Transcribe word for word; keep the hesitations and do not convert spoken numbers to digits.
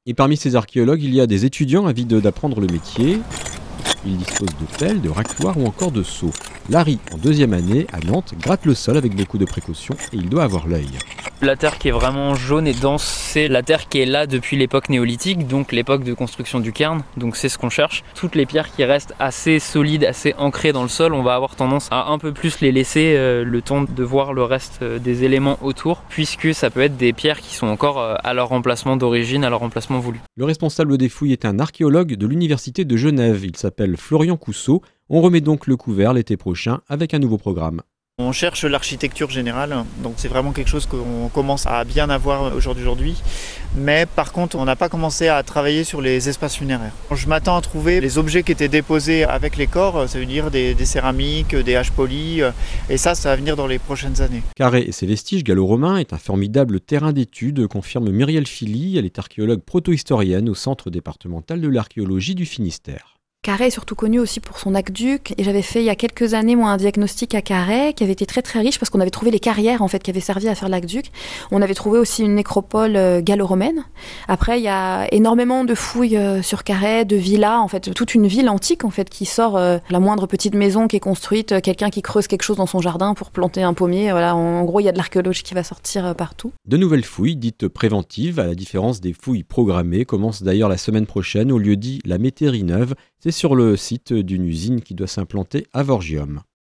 Et parmi ces archéologues, il y a des étudiants avides d'apprendre le métier. Ils disposent de pelles, de racloirs ou encore de seaux. Larry, en deuxième année, à Nantes, gratte le sol avec beaucoup de précautions et il doit avoir l'œil. La terre qui est vraiment jaune et dense, c'est la terre qui est là depuis l'époque néolithique, donc l'époque de construction du cairn, donc c'est ce qu'on cherche. Toutes les pierres qui restent assez solides, assez ancrées dans le sol, on va avoir tendance à un peu plus les laisser euh, le temps de voir le reste euh, des éléments autour, puisque ça peut être des pierres qui sont encore euh, à leur emplacement d'origine, à leur emplacement voulu. Le responsable des fouilles est un archéologue de l'université de Genève, il s'appelle Florian Cousseau. On remet donc le couvert l'été prochain avec un nouveau programme. On cherche l'architecture générale, donc c'est vraiment quelque chose qu'on commence à bien avoir aujourd'hui. Mais par contre, on n'a pas commencé à travailler sur les espaces funéraires. Je m'attends à trouver les objets qui étaient déposés avec les corps, ça veut dire des, des céramiques, des haches polies, et ça, ça va venir dans les prochaines années. Carhaix et ses vestiges gallo-romains est un formidable terrain d'études, confirme Muriel Philly, elle est archéologue proto-historienne au Centre départemental de l'archéologie du Finistère. Carhaix est surtout connu aussi pour son aqueduc, et j'avais fait il y a quelques années moi un diagnostic à Carhaix qui avait été très très riche parce qu'on avait trouvé les carrières en fait qui avaient servi à faire l'aqueduc. On avait trouvé aussi une nécropole euh, gallo-romaine. Après il y a énormément de fouilles euh, sur Carhaix, de villas en fait, toute une ville antique en fait qui sort euh, la moindre petite maison qui est construite, euh, quelqu'un qui creuse quelque chose dans son jardin pour planter un pommier. Voilà, en, en gros il y a de l'archéologie qui va sortir euh, partout. De nouvelles fouilles dites préventives, à la différence des fouilles programmées, commencent d'ailleurs la semaine prochaine au lieu dit la Métairie Neuve. C'est sur le site d'une usine qui doit s'implanter à Vorgium.